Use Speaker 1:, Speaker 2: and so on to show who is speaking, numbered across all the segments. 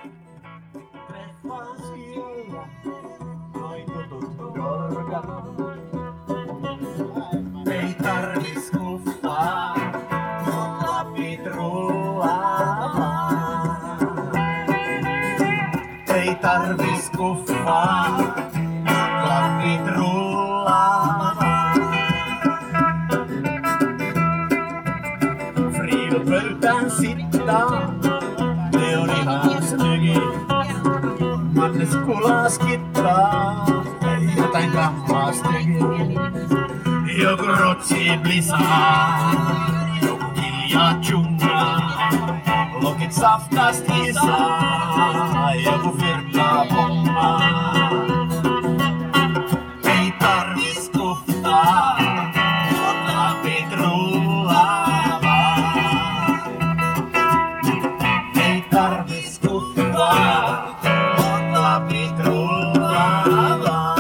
Speaker 1: Treffaan siellä noin tutut dorkat. Ei tarvis kuffaa, mut lapit rullaamaan. Ei tarvis kuffaa, mut lapit rullaamaan. Friidot pöytään sittaa, ne on ihan stygi. Mannes kulaskittaa, jotain kammastegi. Joku rotsi blisaa, joku hiljaa djunglaa. Lokit saftast hisaa, joku firmaa pommaa. Ei tarvis kuffaa, mut lapit rullaamaan. Ei tarvis kuffaa, mut lapit rullaamaan.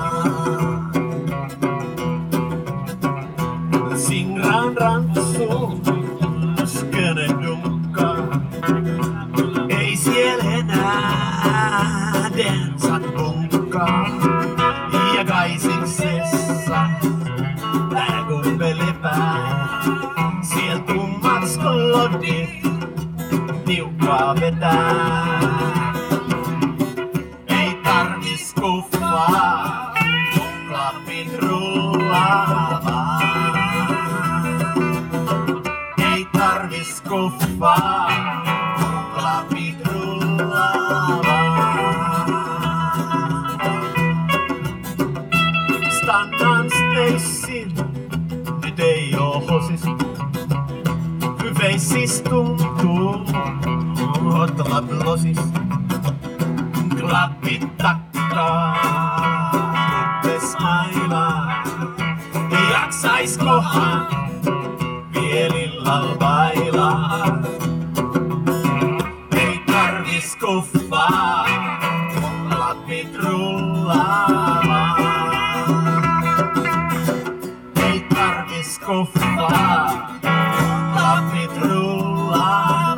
Speaker 1: Singran rantsu, skönen dunkka. Ei siel enää densat bunkkaa. Ja kaisiksessa tää kumpe lepää. Siel tummaks klodit tiukkaa vetää. Ei tarvis kuffaa, klapit rullaamaan. Ei tarvis kuffaa, klapit rullaamaan. Stannan speissin, nyt ei oo hosis. Hyveissis tuntuu, ottava blosis. Klapit takkaa, kuppes ailaa. Jaksaiskohan vielä illalla bailaa? Ei tarvis kuffaa, klapit rullaamaan. Ei tarvis kuffaa, klapit rullaamaan.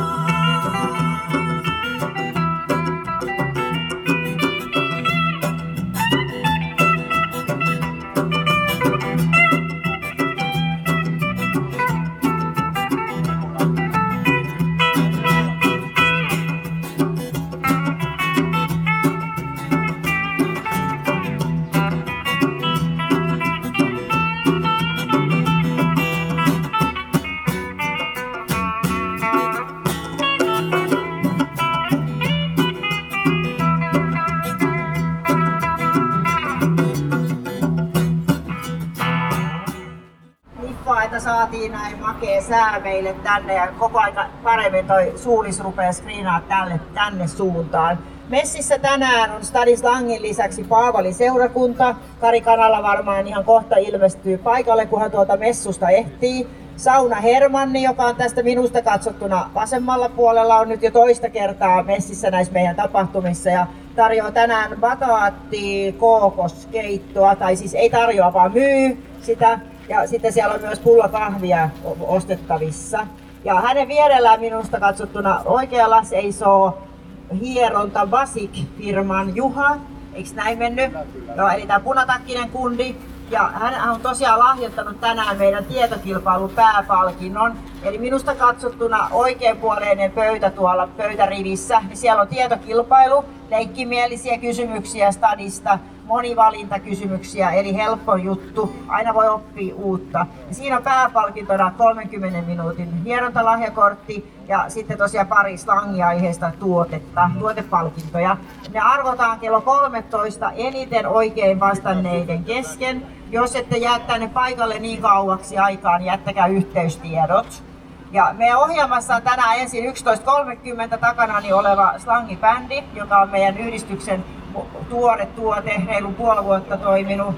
Speaker 2: Että saatiin näin makea sää meille tänne ja koko aika paremmin toi suulis rupeaa screenaa tänne suuntaan. Messissä tänään on Stadis Langin lisäksi Paavalin seurakunta. Kari Kanala varmaan ihan kohta ilmestyy paikalle, kunhan tuolta messusta ehtii. Sauna Hermanni, joka on tästä minusta katsottuna vasemmalla puolella, on nyt jo toista kertaa messissä näissä meidän tapahtumissa ja tarjoaa tänään bataatti kookoskeittoa, tai siis ei tarjoa vaan myy sitä. Ja sitten siellä on myös pullakahvia ostettavissa. Ja hänen vierellään minusta katsottuna oikealla seisoo hieronta Basic-firman Juha. Eiks näin mennyt? Joo, eli tää punatakkinen kundi. Ja hän on tosiaan lahjoittanut tänään meidän tietokilpailun pääpalkinnon. Eli minusta katsottuna oikeanpuoleinen pöytä tuolla pöytärivissä, niin siellä on tietokilpailu, leikkimielisiä kysymyksiä Stadista, monivalintakysymyksiä, eli helppo juttu, aina voi oppia uutta. Ja siinä on pääpalkintona 30 minuutin hierontalahjakortti ja sitten tosiaan pari slangiaiheista tuotepalkintoja. Ne arvotaan kello 13 eniten oikein vastanneiden kesken. Jos ette jää tänne paikalle niin kauaksi aikaan, niin jättäkää yhteystiedot. Ja meidän ohjelmassa on tänään ensin 11.30 takanani oleva slangibändi, joka on meidän yhdistyksen tuore tuote, reilu puoli vuotta toiminut.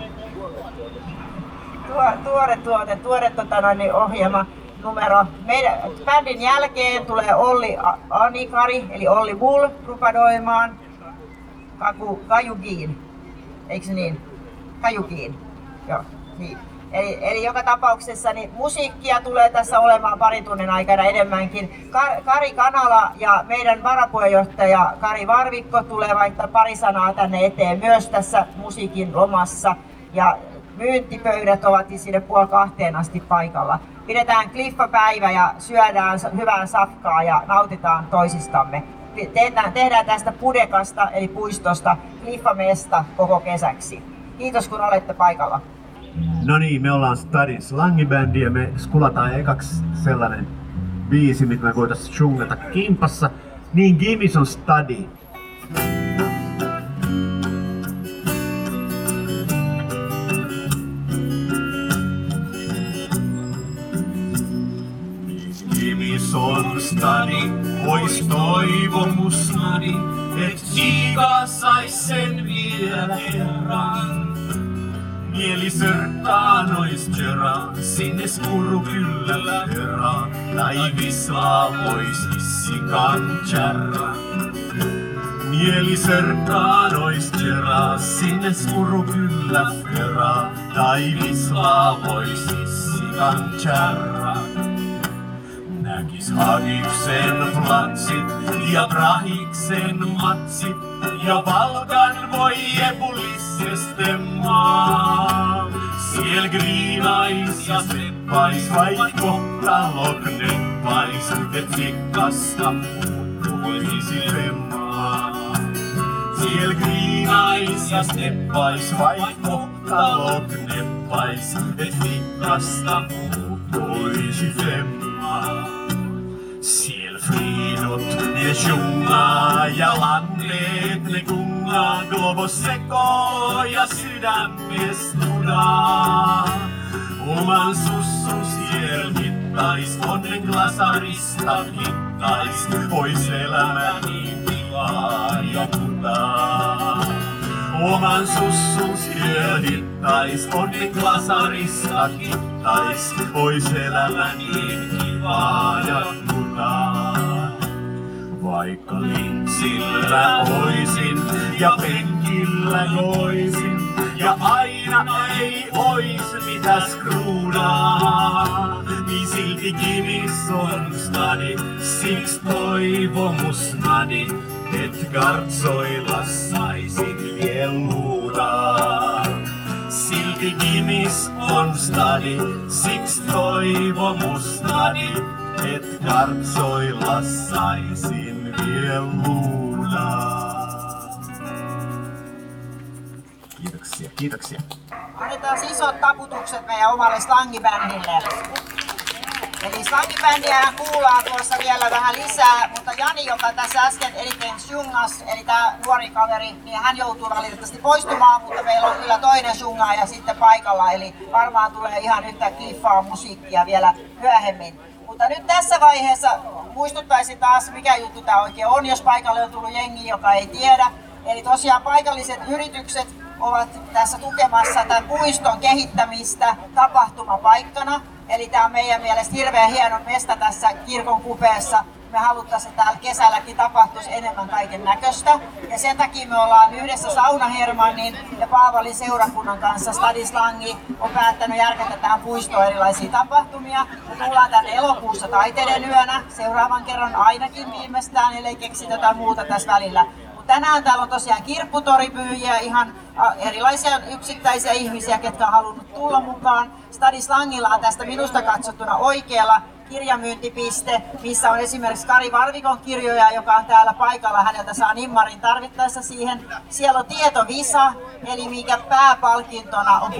Speaker 2: Tuore ohjelma numero. Meidän bändin jälkeen tulee Olli Anikari, eli Olli Bull rupadoimaan Kajukiin. Eikö niin? Kajukiin. Joo, niin. Eli joka tapauksessa niin musiikkia tulee tässä olemaan parin tunnin aikana enemmänkin. Kari Kanala ja meidän varapuheenjohtaja Kari Varvikko tulee vaihtaa pari sanaa tänne eteen myös tässä musiikin lomassa. Ja myyntipöydät ovat sinne 1:30 asti paikalla. Pidetään kliffapäivä ja syödään hyvää safkaa ja nautitaan toisistamme. Tehdään tästä Pudekasta eli puistosta kliffamesta koko kesäksi. Kiitos kun olette paikalla.
Speaker 3: No niin, me ollaan Stadin slangibändi ja me skulataan ekaksi sellainen biisi, mitä me voitais shungata kimpassa. Niin Gimis on Stadi.
Speaker 1: Gimis on Stadi, ois toivomusnadi, et Giga sais sen vielä kerran. Mieli sörttaan ois Geraan, sinne skuru kyllä heraan, tai Vislaa vois issikan kärrän. Mieli sörttaan ois Geraan, sinne skuru kyllä heraan, tai Vislaa vois issikan kärrän. Näkis Hagiksen platsit ja Brahiksen matsit ja Valkan voi epulisseste maa. Siel griinais ja steppais vaik kohtalok neppais, et sikkasta puuttuisi femmaa. Siel griinais ja steppais vaik kohtalok neppais, et sikkasta puuttuisi femmaa. Siellä fridot ne sjungaa ja lanneet ne kungaa, globos sekoo ja sydämes nudaa. Oman sussun siellä hittais, onnen glasarista hittais, ois elämä niin kivaa ja putaa. Oman sussun siellä hittais, onnen glasarista hittais, ois elämä niin kivaa ja putaa. Vaikka linksillä oisin ja penkillä loisin ja aina ei ois mitä skruudaa, niin silti Gimis on stadi, siks toivomusnadi, et Gartsoilla saisin viel luudaa. Silti Gimis on stadi, siks toivomusnadi, et Gartsoilla saisin viel luudaa. Kiitoksia, kiitoksia.
Speaker 2: Annetaan isot taputukset meidän omalle slangibändille. Eli slangibändiähän kuullaan tuossa vielä vähän lisää, mutta Jani, joka tässä äsken eniten sjungas, eli tämä nuori kaveri, niin hän joutuu valitettavasti poistumaan, mutta meillä on kyllä toinen sjungaaja sitten paikalla, eli varmaan tulee ihan yhtä kliffaa musiikkia vielä myöhemmin. Mutta nyt tässä vaiheessa muistuttaisin taas, mikä juttu tämä oikein on, jos paikalle on tullut jengi, joka ei tiedä. Eli tosiaan paikalliset yritykset ovat tässä tukemassa tämän puiston kehittämistä tapahtumapaikkana. Eli tämä on meidän mielestä hirveän hieno mesta tässä kirkon kupeessa. Me haluttaisiin, että täällä kesälläkin tapahtuisi enemmän kaiken näköistä. Ja sen takia me ollaan yhdessä Sauna Hermannin ja Paavalin seurakunnan kanssa Stadislangi on päättänyt järkätä tähän puistoon erilaisia tapahtumia. Me tullaan tänne elokuussa taiteiden yönä seuraavan kerran ainakin viimeistään, ellei keksi jotain muuta tässä välillä. Tänään täällä on tosiaan kirpputoripyyjiä, ihan erilaisia yksittäisiä ihmisiä, ketkä on halunnut tulla mukaan. Stadislangilla on tästä minusta katsottuna oikealla kirjamyyntipiste, missä on esimerkiksi Kari Varvikon kirjoja, joka on täällä paikalla. Häneltä saa nimmarin tarvittaessa siihen. Siellä on tietovisa, eli mikä pääpalkintona on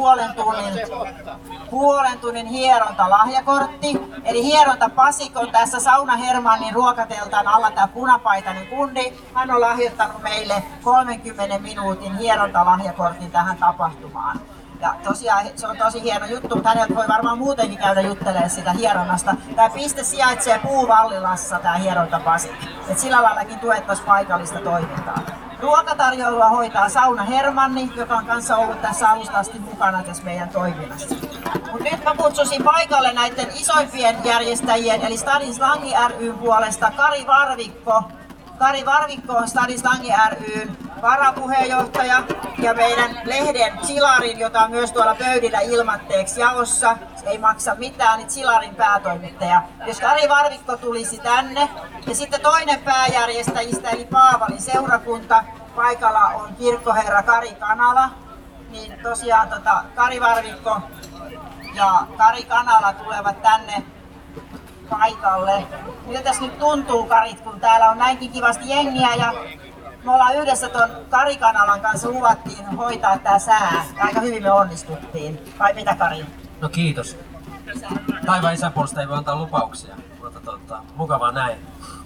Speaker 2: puolen tunnin hierontalahjakortti. Eli hieronta Pasik on tässä Sauna Hermannin ruokateltaan alla tämä punapaitainen kundi. Hän on lahjoittanut meille 30 minuutin hierontalahjakortin tähän tapahtumaan. Ja tosiaan se on tosi hieno juttu, mutta häneltä voi varmaan muutenkin käydä juttelemaan sitä hieronnasta. Tämä piste sijaitsee Puuvallilassa, tämä hierontapasik. Et sillä laillakin tuettaisiin paikallista toimintaa. Ruokatarjoilua hoitaa Sauna Hermanni, joka on kanssa ollut tässä alusta asti mukana tässä meidän toiminnassa. Mut nyt mä kutsusin paikalle näiden isoimpien järjestäjien, eli Stadislangi ry:n puolesta Kari Varvikko. Kari Varvikko on Stadislangi ry:n varapuheenjohtaja ja meidän lehden Chilarin, jota on myös tuolla pöydillä ilmatteeksi jaossa. Se ei maksa mitään, niin Chilarin päätoimittaja. Jos Kari Varvikko tulisi tänne ja sitten toinen pääjärjestäjistä eli Paavalin seurakunta, paikalla on kirkkoherra Kari Kanala, niin tosiaan Kari Varvikko ja Kari Kanala tulevat tänne paikalle. Mitä tässä nyt tuntuu, Karit, kun täällä on näinkin kivasti jengiä ja me ollaan yhdessä ton Kari Kanalan kanssa luvattiin hoitaa tää sää. Aika hyvin me onnistuttiin. Vai mitä, Kari?
Speaker 4: No kiitos. Taivaan isän puolesta ei voi antaa lupauksia, mutta mukavaa näin.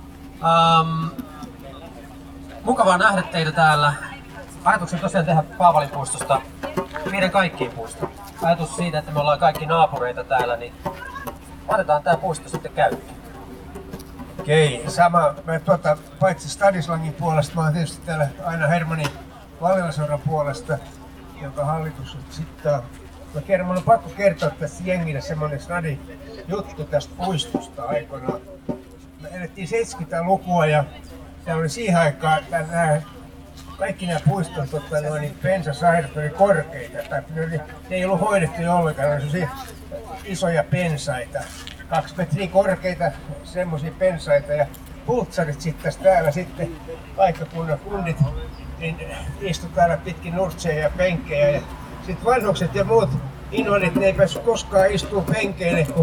Speaker 4: Mukavaa nähdä teitä täällä. Ajatuksena tosiaan tehdä Paavalin puistosta meidän kaikkiin puisto. Ajatus siitä, että me ollaan kaikki naapureita täällä, niin otetaan tää puisto sitten käyttöön.
Speaker 5: Okei, sama. Mä paitsi Stadislangin puolesta, mä oon tietysti täällä aina Hermannin Vallilaseuran puolesta, jonka hallitus sitten. Mun on pakko kertoa tässä jengille semmonen snadi juttu tästä puistosta aikoinaan. Me elettiin 70-lukua ja täällä oli siihen aikaan kaikki nämä puiston pensasaidat oli korkeita. Ne ei ollut hoidettu ollenkaan, ne oli isoja pensaita. 2 metriä korkeita semmoisia pensaita ja pultsarit sitten täällä sitten paikkakunnan kundit niin istu täällä pitkin nurtseja ja penkkejä ja sitten vanhukset ja muut invalidit ne ei päässyt koskaan istua penkeille kun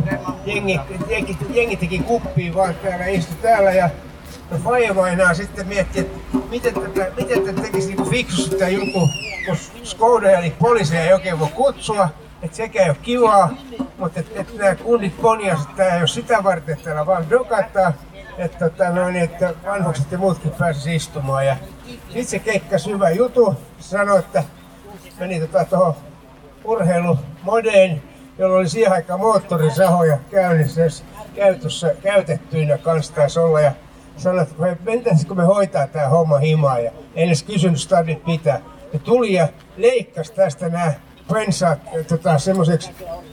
Speaker 5: jengi teki kuppiin vaan täällä istui täällä ja faijavainaa sitten mietti, että miten te tekisi niinku fiksusti tää juttu, kun skoudeja eli poliiseja ei oikein voi kutsua. Että sekä ei ole kivaa, mutta et nämä kundit ponjaisivat, että tää ei ole sitä varten, että täällä vaan dokataan, että vanhukset ja muutkin pääsisi istumaan. Ja sitten se keikkasi hyvä jutu, sanoi, että meni tuohon urheilumodeen, jolla oli siihen aikaan moottorisahoja käynnissä, käytettyinä kanssa taisi olla. Ja sanoi, että mentäisikö me hoitaa tää homma himaa ja en edes kysynyt stadit pitää. Ne tuli ja leikkasi tästä nämä pensaat semmoiseksi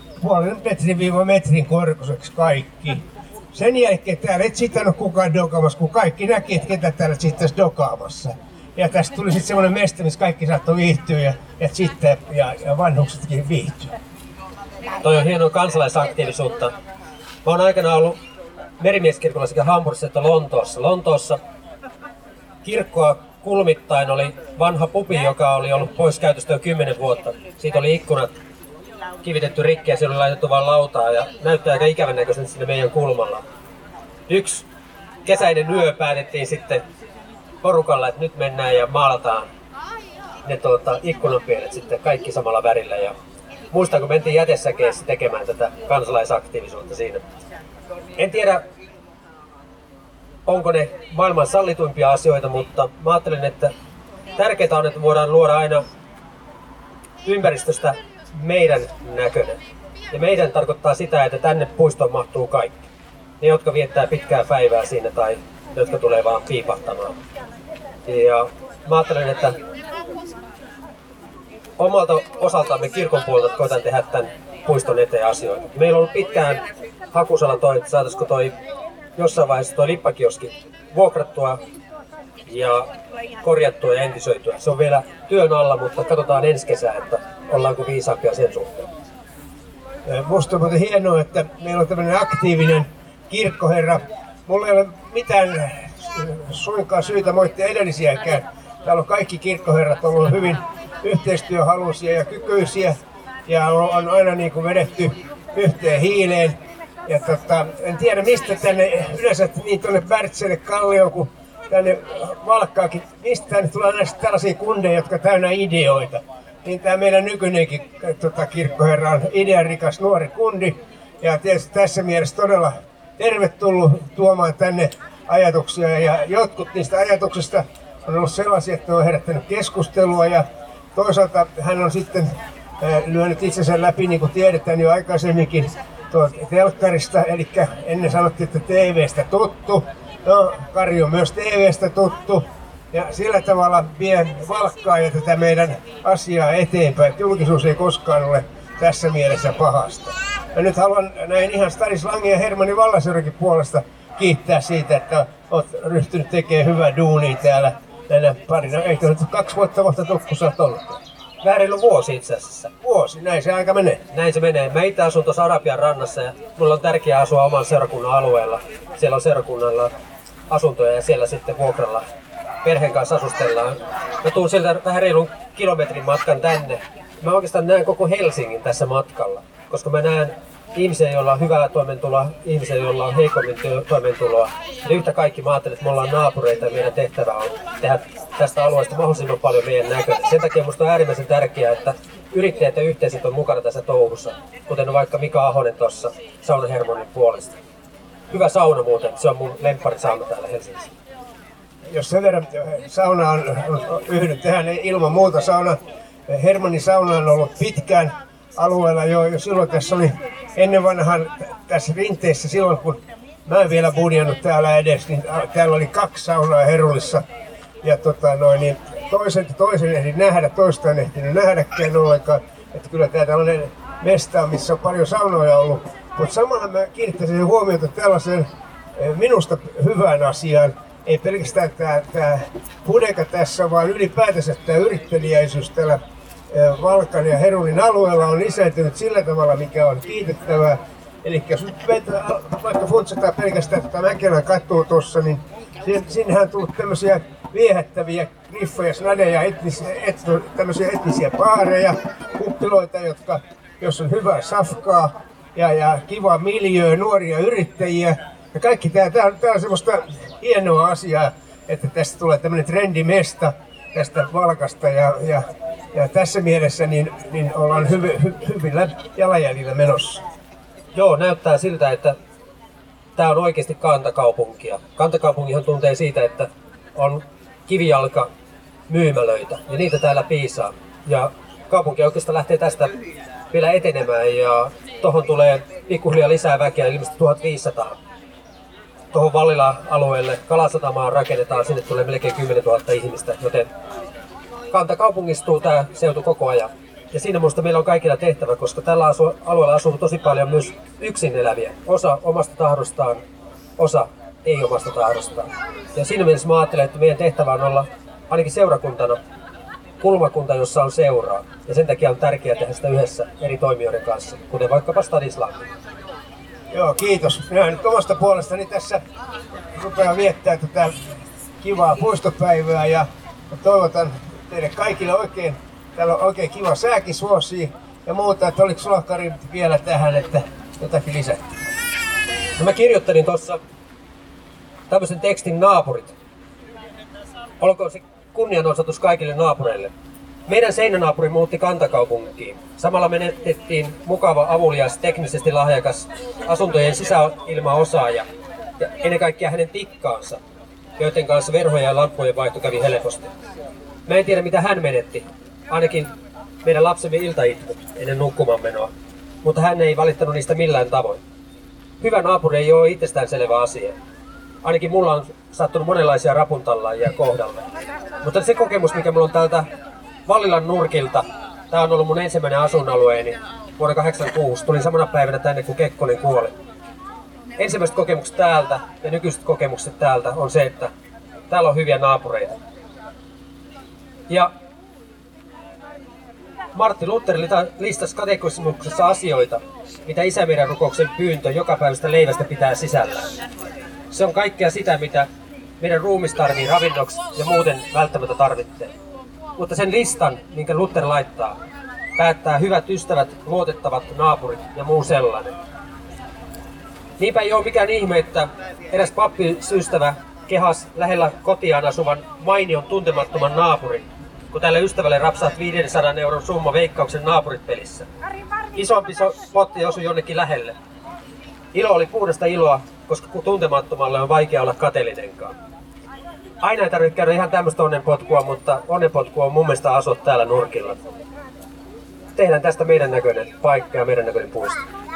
Speaker 5: 0,5 metrin korkuiseksi kaikki. Sen jälkeen täällä et sitänyt kukaan dokaamassa, kun kaikki näki, että ketä täällä sitten dokaamassa. Ja tästä tuli sitten semmoinen mesta, missä kaikki saattoi viihtyä ja vanhuksetkin viihtyä.
Speaker 4: Toi on hienoa kansalaisaktiivisuutta. Mä oon aikanaan ollut merimieskirkolla sekä Hampurissa että Lontoossa. Lontoossa kirkkoa kulmittain oli vanha pubi, joka oli ollut pois käytöstä jo 10 vuotta. Siitä oli ikkunat kivitetty rikki ja siellä oli laitettu vain lautaa ja näyttää aika ikävän näköisen sinne meidän kulmalla. Yksi kesäinen yö päätettiin sitten porukalla, että nyt mennään ja maalataan ne ikkunanpienet sitten kaikki samalla värillä. Ja muistan, kun mentiin jätesäkeissä tekemään tätä kansalaisaktiivisuutta siinä. En tiedä, onko ne maailman sallituimpia asioita, mutta mä ajattelen, että tärkeää on, että voidaan luoda aina ympäristöstä meidän näköinen. Ja meidän tarkoittaa sitä, että tänne puistoon mahtuu kaikki. Ne, jotka viettää pitkää päivää siinä tai jotka tulee vaan piipahtamaan. Ja mä ajattelen, että omalta osaltamme kirkon puolelta koitan tehdä tämän puiston eteen asioita. Meillä on ollut pitkään hakusala että saataisiko jossain vaiheessa toi lippakioski vuokrattua ja korjattua ja entisöityä. Se on vielä työn alla, mutta katsotaan ensi kesää, että ollaanko viisaampia sen suhteen.
Speaker 5: Musta on muuten hienoa, että meillä on tämmöinen aktiivinen kirkkoherra. Mulla ei ole mitään suinkaan syytä moittia edellisiäkään. Täällä on kaikki kirkkoherrat ollut hyvin yhteistyöhaluisia ja kykyisiä ja on aina niin kuin vedetty yhteen hiileen. Ja en tiedä mistä tänne yleensä niin tuonne Bärtselle Kallioon kuin tänne Valkkaakin, mistä tänne tulee näistä tällaisia kundeja, jotka täynnä ideoita. Niin tämä meidän nykyinenkin kirkkoherra on idearikas nuori kundi ja tietysti tässä mielessä todella tervetullut tuomaan tänne ajatuksia ja jotkut niistä ajatuksista on ollut sellaisia, että ne on herättänyt keskustelua ja toisaalta hän on sitten lyönyt itsensä läpi, niin kuin tiedetään jo aikaisemminkin, telkkarista, eli ennen sanottiin, että TV:stä tuttu. No, Kari on myös TV:stä tuttu ja sillä tavalla vie Valkkaa ja tätä meidän asiaa eteenpäin. Julkisuus ei koskaan ole tässä mielessä pahasta. Ja nyt haluan näin ihan Stadislangin ja Hermannin Vallaseurankin puolesta kiittää siitä, että olet ryhtynyt tekemään hyvää duunia täällä näinä parina, eikö nyt 2 vuotta kun sä oot ollut?
Speaker 4: Vähän reilu vuosi itse asiassa.
Speaker 5: Vuosi, näin se aika menee.
Speaker 4: Näin se menee. Mä itse asun tuossa Arabian rannassa ja mulla on tärkeää asua oman seurakunnan alueella. Siellä on seurakunnalla asuntoja ja siellä sitten vuokralla perheen kanssa asustellaan. Mä tuun sieltä vähän reilun kilometrin matkan tänne. Mä oikeastaan näen koko Helsingin tässä matkalla, koska mä näen ihmisiä, joilla on hyvää toimeentuloa, ihmisiä, joilla on heikommin toimeentuloa. Ja yhtä kaikki mä ajattelen, että me ollaan naapureita ja meidän tehtävä on tehdä tästä alueesta mahdollisimman paljon meidän näköistä. Sen takia musta on äärimmäisen tärkeää, että yrittäjät ja yhteisöt on mukana tässä touhussa, kuten vaikka Mika Ahonen tuossa Sauna Hermannin puolesta. Hyvä sauna muuten, se on mun lempparisauna täällä Helsingissä.
Speaker 5: Jos sen verran sauna on yhdy tähän ilman muuta sauna. Hermannin sauna on ollut pitkään alueella jo silloin tässä oli ennen vanhaan tässä rinteessä silloin kun mä en vielä budjannut täällä edes, niin täällä oli 2 saunaa Herullissa. Ja niin toisen ehdin nähdä, toista en ehtinyt nähdäkään ollenkaan. Että kyllä tää tällainen mesta, missä on paljon saunoja ollut. Mutta samalla mä kiinnittäisin huomiota tällaiseen minusta hyvään asiaan. Ei pelkästään tämä Budeka tässä, vaan ylipäätänsä tämä yrittelijäisyys täällä Valkan ja Herullin alueella on lisääntynyt sillä tavalla, mikä on kiitettävää. Eli jos nyt vaikka funtsataan pelkästään tätä Mäkelän katua tuossa, niin sinnehän on tullut tämmöisiä viehättäviä griffejä, snadeja, tämmöisiä etnisiä baareja, kuppiloita, jotka, jos on hyvää safkaa ja kiva miljöö, nuoria yrittäjiä. Ja kaikki tämä on semmoista hienoa asiaa, että tästä tulee tämmöinen trendimesta tästä Valkasta ja tässä mielessä niin ollaan hyvillä jalanjäljillä menossa.
Speaker 4: Joo, näyttää siltä, että tämä on oikeasti kantakaupunkia. Kantakaupunkihan tuntee siitä, että on kivijalka myymälöitä ja niitä täällä piisaa. Ja kaupunki oikeastaan lähtee tästä vielä etenemään ja tohon tulee pikkuhiljaa lisää väkeä, ilmeisesti 1500. Tuohon Vallila-alueelle Kalasatamaan rakennetaan, sinne tulee melkein 10 000 ihmistä, joten kantakaupungistuu tämä seutu koko ajan. Ja siinä minusta meillä on kaikilla tehtävä, koska tällä alueella asuu tosi paljon myös yksin eläviä. Osa omasta tahdostaan, osa ei omasta tahdostaan. Ja siinä mielessä mä ajattelen, että meidän tehtävä on olla ainakin seurakuntana kulmakunta, jossa on seuraa. Ja sen takia on tärkeää tehdä sitä yhdessä eri toimijoiden kanssa, kuten vaikkapa Stadislang.
Speaker 5: Joo, kiitos. Minä nyt omasta puolestani tässä rupean viettää tätä kivaa puistopäivää ja toivotan teille kaikille oikein, täällä on oikein kiva sääkin suosii ja muuta, että oliko sulla Kari vielä tähän, että jotakin lisättiin?
Speaker 4: No mä kirjoittelin tuossa tämmöisen tekstin naapurit. Olkoon se kunnianosoitus kaikille naapureille. Meidän seinänaapuri muutti kantakaupunkiin. Samalla menetettiin mukava, avulias, teknisesti lahjakas asuntojen sisäilmaosaaja ja ennen kaikkea hänen tikkaansa, joiden kanssa verhoja ja lampujen vaihto kävi helposti. Mä en tiedä mitä hän menetti, ainakin meidän lapsemme iltaitku ennen nukkumaan menoa, mutta hän ei valittanut niistä millään tavoin. Hyvä naapuri ei ole itsestäänselvä asia. Ainakin mulla on sattunut monenlaisia rapuntallaajia kohdalle. Mutta se kokemus, mikä mulla on täältä Vallilan nurkilta, tää on ollut mun ensimmäinen asuinalueeni vuonna 1986. Tulin samana päivänä tänne, kun Kekkonen kuoli. Ensimmäiset kokemukset täältä ja nykyiset kokemukset täältä on se, että täällä on hyviä naapureita. Ja Martti Luther listasi katekismuksessa asioita, mitä Isämeidän rukouksen pyyntö jokapäiväistä leivästä pitää sisällään. Se on kaikkea sitä, mitä meidän ruumis tarvii ravinnoksi ja muuten välttämättä tarvitsee. Mutta sen listan, minkä Luther laittaa, päättää hyvät ystävät, luotettavat naapurit ja muu sellainen. Niinpä ei ole mikään ihme, että eräs pappiystävä kehasi lähellä kotiaan asuvan mainion tuntemattoman naapurin, kun tälle ystävälle rapsaat 500 euron summa Veikkauksen naapurit-pelissä. Isompi potti osui jonnekin lähelle. Ilo oli puhdasta iloa, koska tuntemattomalle on vaikea olla kateellinenkaan. Aina ei tarvitse käydä ihan tämmöistä onnenpotkua, mutta onnenpotku on mun mielestä asua täällä nurkilla. Tehdään tästä meidän näköinen paikka ja meidän näköinen puisto.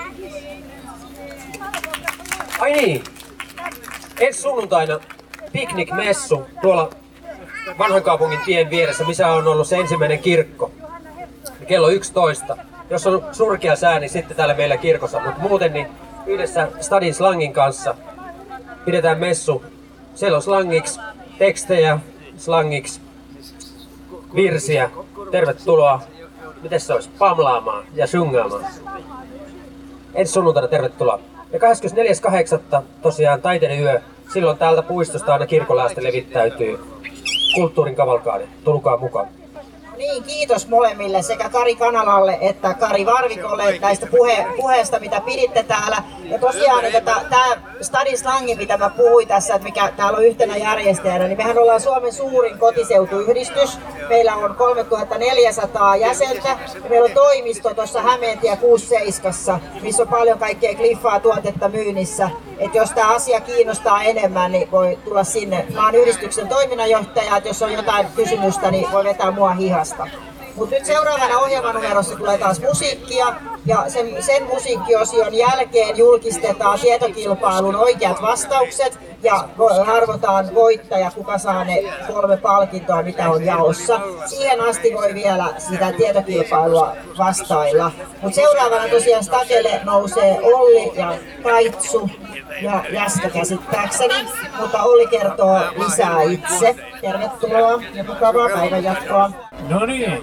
Speaker 4: Ai niin! Ensi sunnuntaina piknikmessu tuolla vanhan kaupungin tien vieressä, missä on ollut se ensimmäinen kirkko. Kello 11. Jos on surkea sää, niin sitten täällä meillä kirkossa, mutta muuten niin yhdessä Stadislangin kanssa pidetään messu. Siellä on slangiksi tekstejä slangiksi virsiä. Tervetuloa, miten se olisi, pamlaamaan ja shungaamaan. Ensi sunnuntaina tervetuloa. Ja 24.8. tosiaan taiteiden yö. Silloin täältä puistosta aina kirkolle asti levittäytyy kulttuurin kavalkaadi. Tulkaa mukaan.
Speaker 2: Niin, kiitos molemmille sekä Kari Kanalalle että Kari Varvikolle näistä puheesta, mitä piditte täällä. Ja tosiaan, että tämä Stadin slangi, mitä mä puhuin tässä, että mikä täällä on yhtenä järjestäjänä, niin mehän ollaan Suomen suurin kotiseutuyhdistys. Meillä on 3400 jäsentä ja meillä on toimisto tuossa Hämeentie 67, missä on paljon kaikkea kliffaa tuotetta myynnissä. Että jos tämä asia kiinnostaa enemmän, niin voi tulla sinne. Mä oon yhdistyksen toiminnanjohtaja, että jos on jotain kysymystä, niin voi vetää mua hihasta. Mutta nyt seuraavana ohjelmanumerossa tulee taas musiikkia ja sen musiikkiosion jälkeen julkistetaan tietokilpailun oikeat vastaukset ja arvotaan voittaja, kuka saa ne 3 palkintoa, mitä on jaossa. Siihen asti voi vielä sitä tietokilpailua vastailla. Mutta seuraavana tosiaan Stadelle nousee Olli ja Kaitsu ja Jäskä käsittääkseni, mutta Olli kertoo lisää itse. Tervetuloa ja mukavaa päivän jatkoa.
Speaker 6: No niin,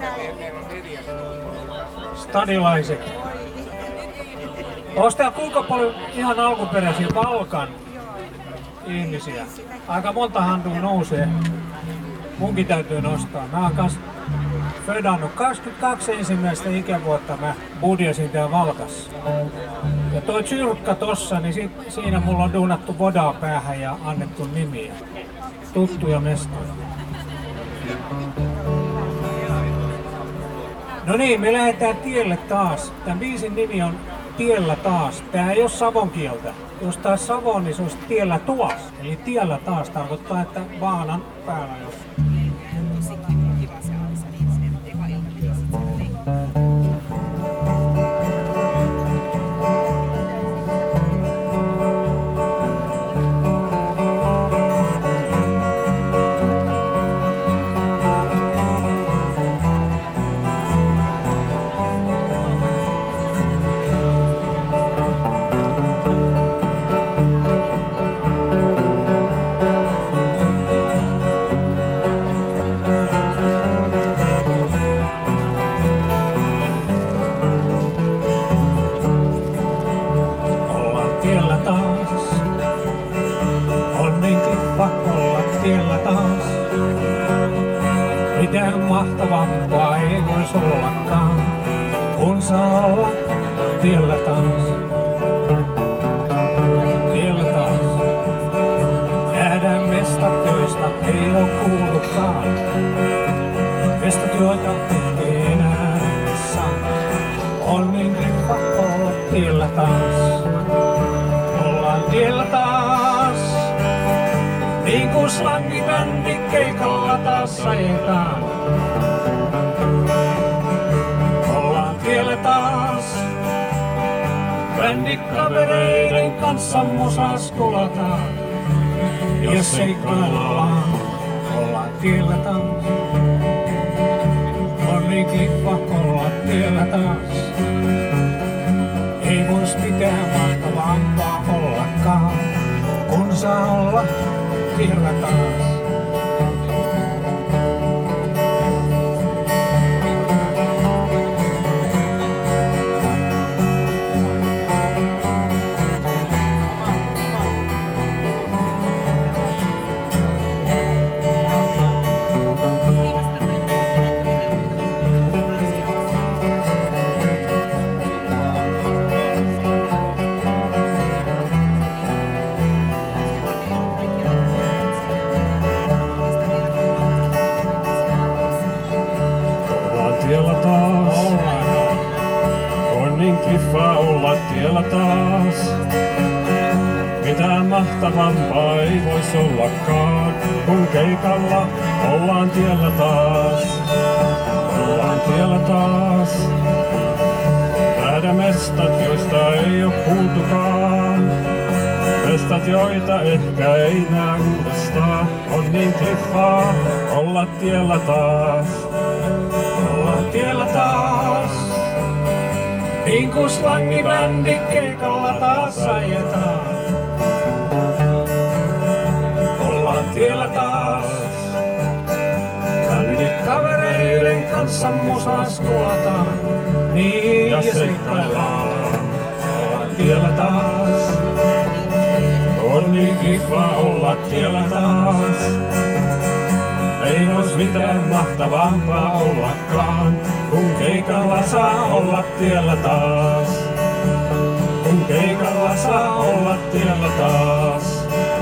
Speaker 6: stadilaiset. Onko täällä kuinka paljon ihan alkuperäisiä Balkan ihmisiä? Aika monta handua nousee. Munkin täytyy nostaa. Mä oon kans födannut 22 ensimmäistä ikävuotta mä budjasin täällä Valkassa. Ja toi Tsyrkka tossa, niin siinä mulla on duunattu vodaa päähän ja annettu nimiä. Tuttuja mestoja. No niin, me lähdetään tielle taas. Tämän biisin nimi on Tiellä taas. Tää ei oo savon kieltä. Jos tää olisi savon, niin se olisi tiellä tuas. Eli tiellä taas tarkoittaa, että vaanan päällä jos. Mitään mahtavampaa ei vois ollakaan, kun saa olla tiellä taas. Tiellä taas. Nähdään mestat, joista ei oo kuullutkaan. Mestat, joita ei enää saa. On niin kiva olla tiellä taas. Ollaan tiellä taas. Niin kuin slangibändi keikalla taas ajetaan. Ollaan tiellä taas. Bändikavereiden kanssa musas kulataan. Jos seikkaillaan, ollaan tiellä taas. On niin kiva olla tiellä taas. Ei vois mitään mahtavampaa ollakaan, kun saa olla tiellä taas. Olla tiellä taas. Mitään mahtavampaa ei vois ollakaan, kun keikalla ollaan tiellä taas. Ollaan tiellä taas. Nähdä mestat, joista ei oo kuultukaan. Mestat, joita ehkä ei näe uudestaan. On niin kliffaa olla tiellä taas. Ollaan tiellä taas. Niin kuin slangibändi keikalla taas ajetaan. Ollaan tiellä taas. kanssa musas kuvataan, niin ja seikkaillaan tiellä taas. On niin kiva olla tiellä taas. Ei ois mitään mahtavampaa ollakaan, kun keikalla saa olla tiellä taas. Kun keikalla saa olla tiellä taas.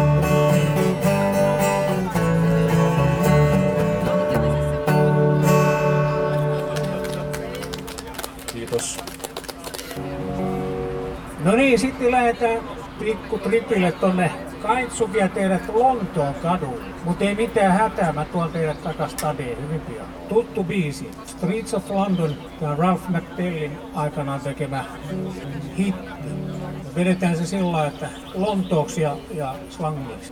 Speaker 4: Kiitos.
Speaker 6: No niin, sitten lähdetään pikku tripille tonne. Kaitsu vie teidät Lontoon kadulle, mutta ei mitään hätää, mä tuon teidät takas stadiin hyvin pian. Tuttu biisi, Streets of London ja Ralph McTellin aikanaan tekemä hitti. Vedetään se sillä lailla, että Lontooksi ja slangiksi.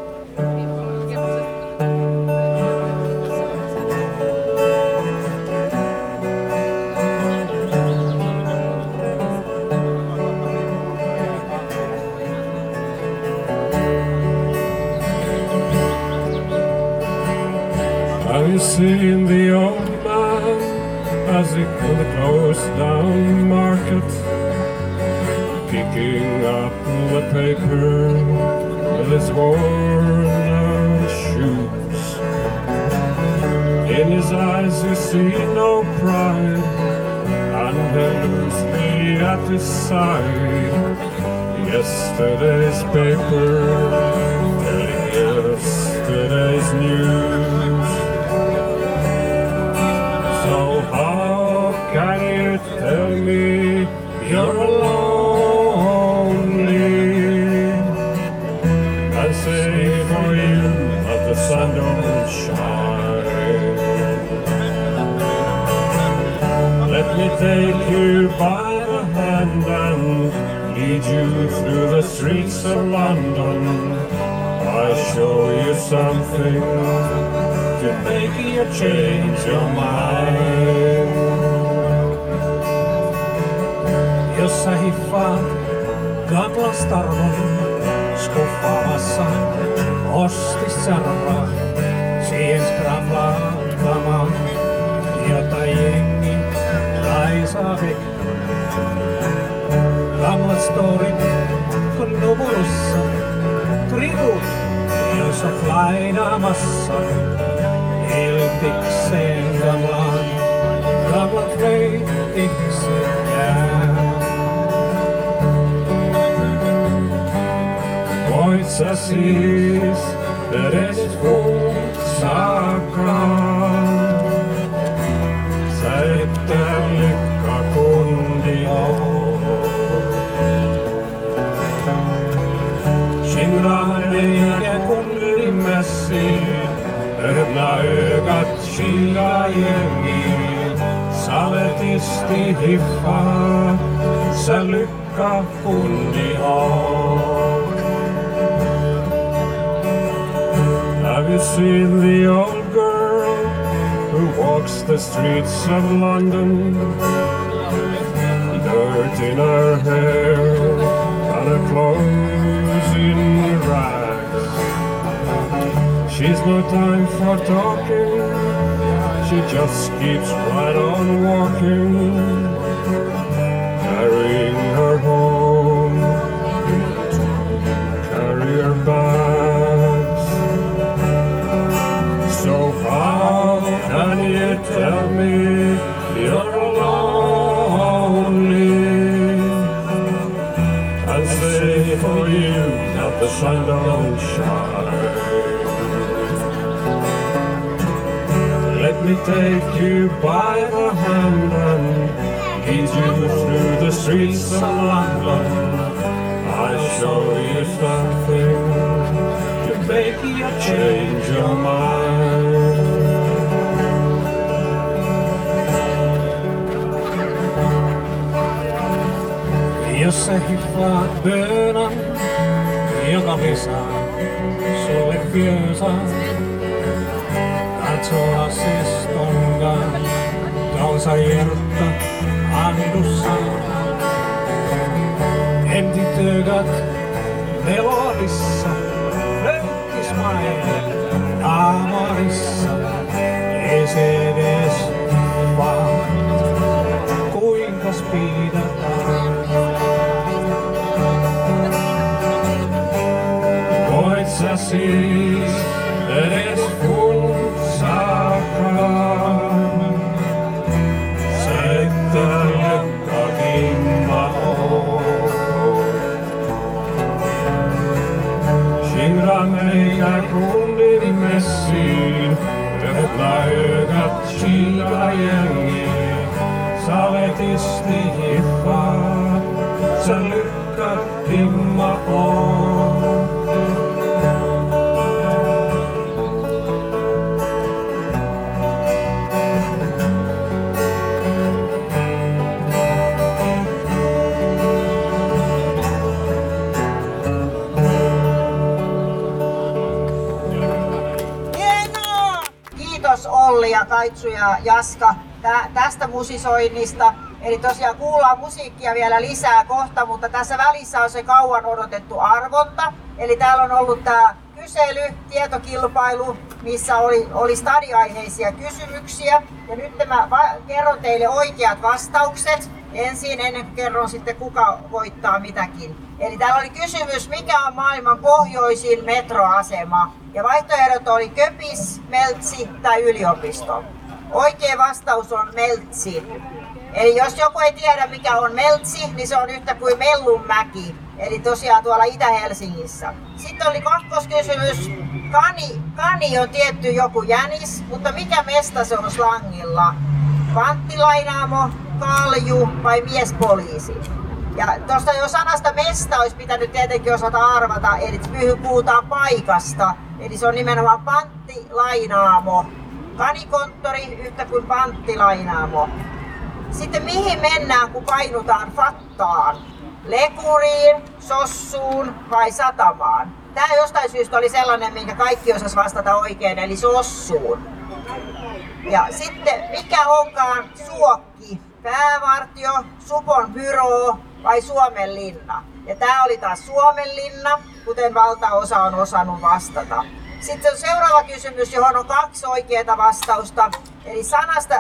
Speaker 7: Have you seen the old man as he closed down market, picking up the paper with his worn out shoes? In his eyes you see no pride, and loosely at his side yesterday's paper telling yesterday's news. So how can you tell me you're lonely and say for you that the sun don't shine? Let me take you by the hand and lead you through the streets of London. I show you something to make you change your mind.
Speaker 6: Jos sä hiffaat Gatlastarvon skuffaamassa ostisarvaa, siihen skraflaattamaan, jota jengi raisaa vekkaa. Gamlastorit kun nuvurussa, tribut, jos oot lainaamassa. Iltikseen gamlat reitikseen jää.
Speaker 7: Voit sä siis edes futsaakaan? Sä et lykkäkundi oo.
Speaker 6: Shingraan eikä kun ylimmässiin, ögnä ögat chilla jengiin. Saletisti hiffaa, sä lykkäkundi oo.
Speaker 7: Have you seen the old girl who walks the streets of London? Dirt in her hair and her clothes in rags. She's no time for talking, she just keeps right on walking, carrying her home in carrier bags. So how can you tell me you're lonely and say for you that the sun don't shine? Let me take you by the hand and lead you through the streets of London. I'll show you something to make you change your mind.
Speaker 6: Jos sä hiffaat bönan, joka lisää sulle fyösää. Katsoa sestongan, kausa hjärta andussa. Entitögat melodissa, flönttismaille, naamorissa. ECDs
Speaker 7: siis edes funtsakaan. Sä et joka kimma oo. Skildra mig när kundin messiin, öppna ögat, kika gänget. Saletisti hiffaa, sä lykkät kimma on.
Speaker 2: Kiitos Olli ja Kaitsu ja Jaska tästä musisoinnista. Eli tosiaan kuullaan musiikkia vielä lisää kohta, mutta tässä välissä on se kauan odotettu arvonta. Eli täällä on ollut tämä kysely, tietokilpailu, missä oli stadiaiheisia kysymyksiä. Ja nyt mä kerron teille oikeat vastaukset. Ensin ennen kuin kerron sitten kuka voittaa mitäkin. Eli täällä oli kysymys, mikä on maailman pohjoisin metroasema? Ja vaihtoehdot oli Köpis, Meltsi tai yliopisto. Oikea vastaus on Meltsi. Eli jos joku ei tiedä mikä on Meltsi, niin se on yhtä kuin Mellunmäki. Eli tosiaan tuolla Itä-Helsingissä. Sitten oli kakkoskysymys. Kani on tietty joku jänis, mutta mikä mesta se on slangilla? Panttilainaamo, kalju vai miespoliisi? Ja tuosta jo sanasta mesta olisi pitänyt tietenkin osata arvata, eli puhutaan paikasta. Eli se on nimenomaan panttilainaamo. Kanikonttori yhtä kuin panttilainaamo. Sitten mihin mennään, kun painutaan fattaan? Lekuriin, sossuun vai satamaan? Tämä jostain syystä oli sellainen, minkä kaikki osas vastata oikein, eli sossuun. Ja sitten mikä onkaan Suokki? Päävartio, Supon byroo vai Suomenlinna? Ja tämä oli taas Suomenlinna, kuten valtaosa on osannut vastata. Sitten on seuraava kysymys, johon on 2 oikeaa vastausta. Eli sanasta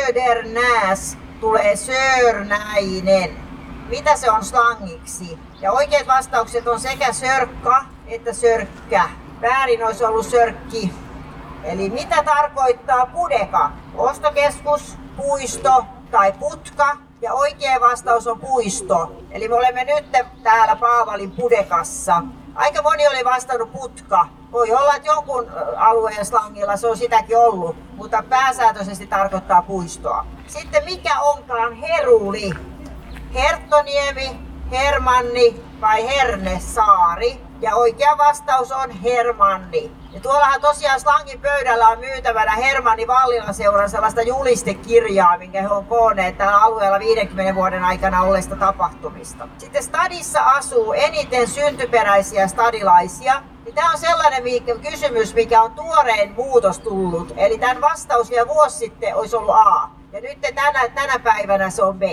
Speaker 2: södernäs tulee sörnäinen. Mitä se on slangiksi? Ja oikeat vastaukset on sekä sörkka että sörkkä. Väärin olisi ollut sörkki. Eli mitä tarkoittaa pudeka? Ostokeskus, puisto tai putka. Ja oikea vastaus on puisto. Eli me olemme nyt täällä Paavalin pudekassa. Aika moni oli vastannut putka. Voi olla, että jonkun alueen slangilla se on sitäkin ollut, mutta pääsääntöisesti tarkoittaa puistoa. Sitten mikä onkaan heruli? Herttoniemi, Hermanni vai Hernesaari? Ja oikea vastaus on Hermanni. Ja tuollahan tosiaan slangin pöydällä on myytävänä Hermanni Vallilan seuran sellaista julistekirjaa, minkä he on koonneet tällä alueella 50 vuoden aikana olleista tapahtumista. Sitten stadissa asuu eniten syntyperäisiä stadilaisia. Tämä on sellainen kysymys, mikä on tuorein muutos tullut. Eli tämän vastaus vielä vuosi sitten olisi ollut A. Ja nyt tänä päivänä se on B.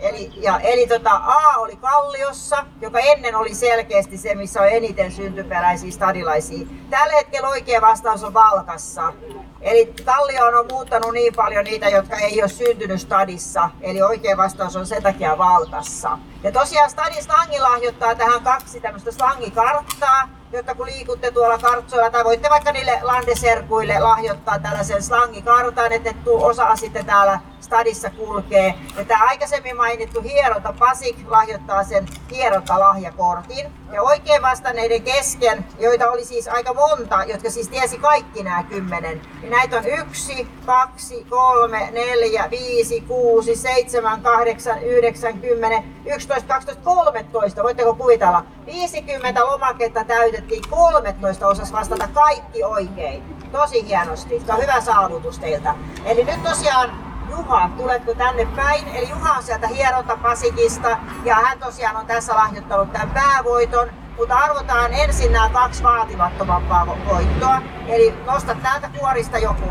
Speaker 2: Eli A oli Kalliossa, joka ennen oli selkeästi se, missä on eniten syntyperäisiä stadilaisia. Tällä hetkellä oikea vastaus on Valkassa. Eli Kallioon on muuttanut niin paljon niitä, jotka ei ole syntynyt stadissa. Eli oikea vastaus on sen takia Valkassa. Ja tosiaan stadin slangi lahjoittaa tähän 2 tämmöistä slangikarttaa, jotta kun liikutte tuolla kartsoilla tai voitte vaikka niille landeserkuille lahjoittaa tällaisen slangikartan, että osa sitten täällä stadissa kulkee. Ja tämä aikaisemmin mainittu hieronta Pasik lahjoittaa sen hierontalahjakortin. Ja oikein vastanneiden kesken, joita oli siis aika monta, jotka siis tiesi kaikki nämä 10, niin näitä on 1, 2, 3, 4, 5, 6, 7, 8, 9, 10, 11, 12, 13. Voitteko kuvitella? 50 lomaketta täytettiin, 13 osas vastata kaikki oikein. Tosi hienosti. Se on hyvä saavutus teiltä. Eli nyt tosiaan Juha, tuletko tänne päin? Eli Juha on sieltä Hieronta-Pasikista ja hän tosiaan on tässä lahjoittanut tämän päävoiton. Mutta arvotaan ensin nämä 2 vaatimattomampaa voittoa. Eli nosta täältä kuorista joku.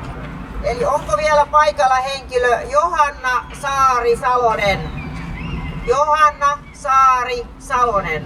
Speaker 2: Eli onko vielä paikalla henkilö Johanna Saari-Salonen? Johanna Saari-Salonen.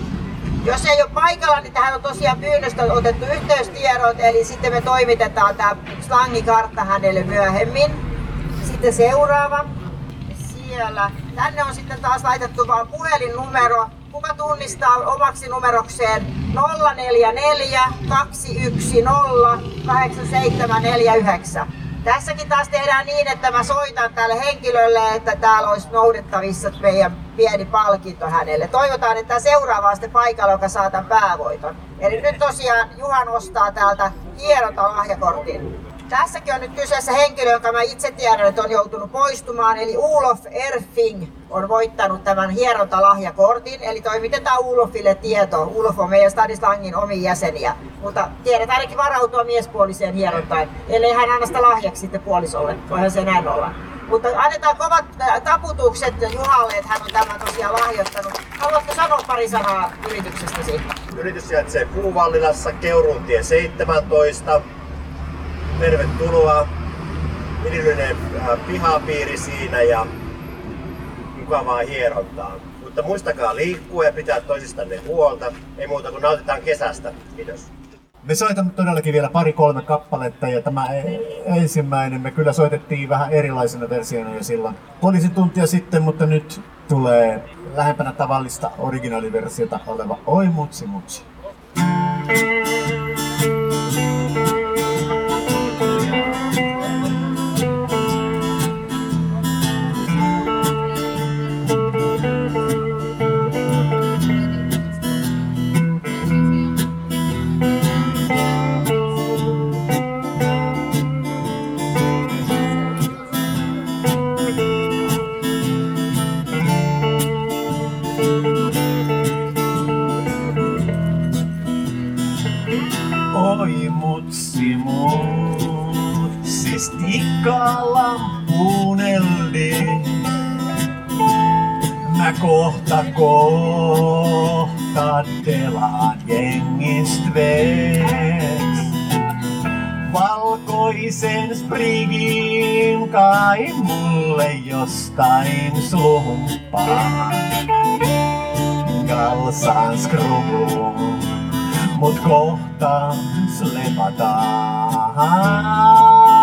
Speaker 2: Jos ei ole paikalla, niin tähän on tosiaan pyynnöstä otettu yhteystiedot, eli sitten me toimitetaan tämä slangikartta hänelle myöhemmin. Sitten seuraava. Siellä. Tänne on sitten taas laitettu vaan puhelinnumero kuka tunnistaa omaksi numerokseen 044 210 8749. Tässäkin taas tehdään niin, että mä soitan tälle henkilölle, että täällä olisi noudettavissa meidän pieni palkinto hänelle. Toivotaan, että seuraava on sitten paikalla, joka saa tämän päävoiton. Eli nyt tosiaan Juha nostaa täältä hierontalahjakortin. Tässäkin on nyt kyseessä henkilö, jonka mä itse tiedän, että on joutunut poistumaan, eli Olof Erfing on voittanut tämän hierontalahjakortin, eli toimitetaan Olofille tieto. Olof on meidän Stadislangin omia jäseniä, mutta tiedät ainakin varautua miespuoliseen hierontaan, ellei hän anna sitä lahjaksi sitten puolisolle, voihan se näin olla. Mutta annetaan kovat taputukset Juhalle, että hän on tämän tosiaan lahjoittanut. Haluatko sanoa pari sanaa yrityksestäsi?
Speaker 3: Yritys sijaitsee Puuvallilassa, Keuruuntie 17. Tervetuloa. Idyllinen pihapiiri siinä ja mukavaa hierontaa. Mutta muistakaa liikkua ja pitää toisistanne huolta. Ei muuta kuin nautitaan kesästä. Kiitos.
Speaker 8: Me soitamme todellakin vielä 2-3 kappaletta ja tämä ensimmäinen me kyllä soitettiin vähän erilaisena versiona jo silloin puolisen tuntia sitten, mutta nyt tulee lähempänä tavallista originaaliversiota oleva Oi mutsi mutsi. Oi mutsi mutsi, stikkalampunelli. Mä kohta kattelaan jengist veeks. Valkoisen sprigin kai mulle jostain slumppaa. Kalsaan skruvuun. Mut kohta slepataan.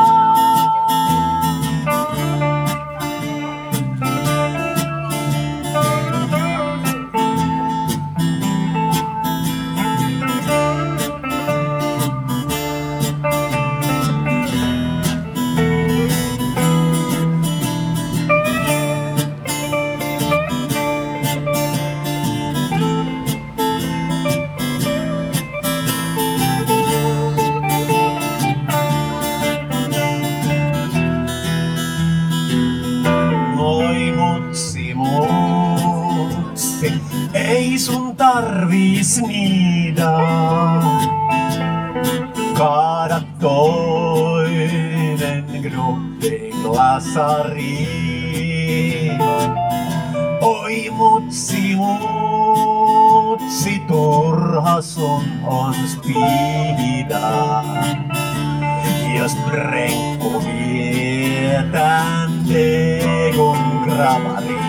Speaker 8: Ei sun tarvis niidaa. Kaada toinen gruppi glasariin. Oi mutsi mutsi, turha sun on spiidaa. Jos brenkku vietään tegun gravariin.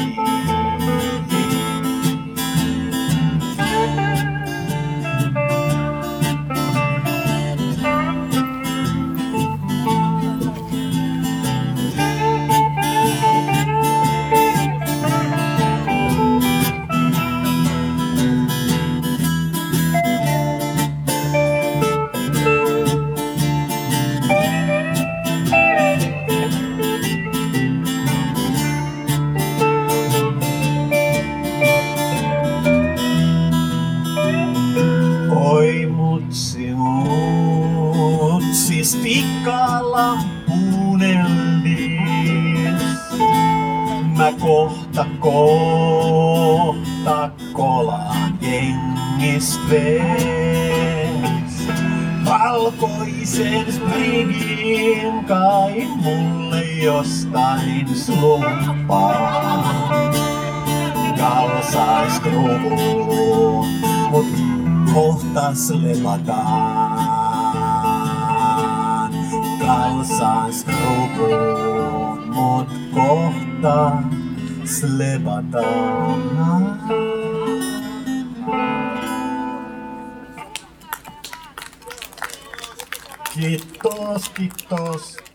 Speaker 8: Oi mutsi mutsi, stikkalampunellis. Mä kohta kolaan jengist vees. Valkoisen sprigin kai mulle jostain slumppaa. Kalsaan skruvuun, mut kohta slepataan. Kalsaan skruvuun, mut kohta slepataan. Kiitos, kiitos.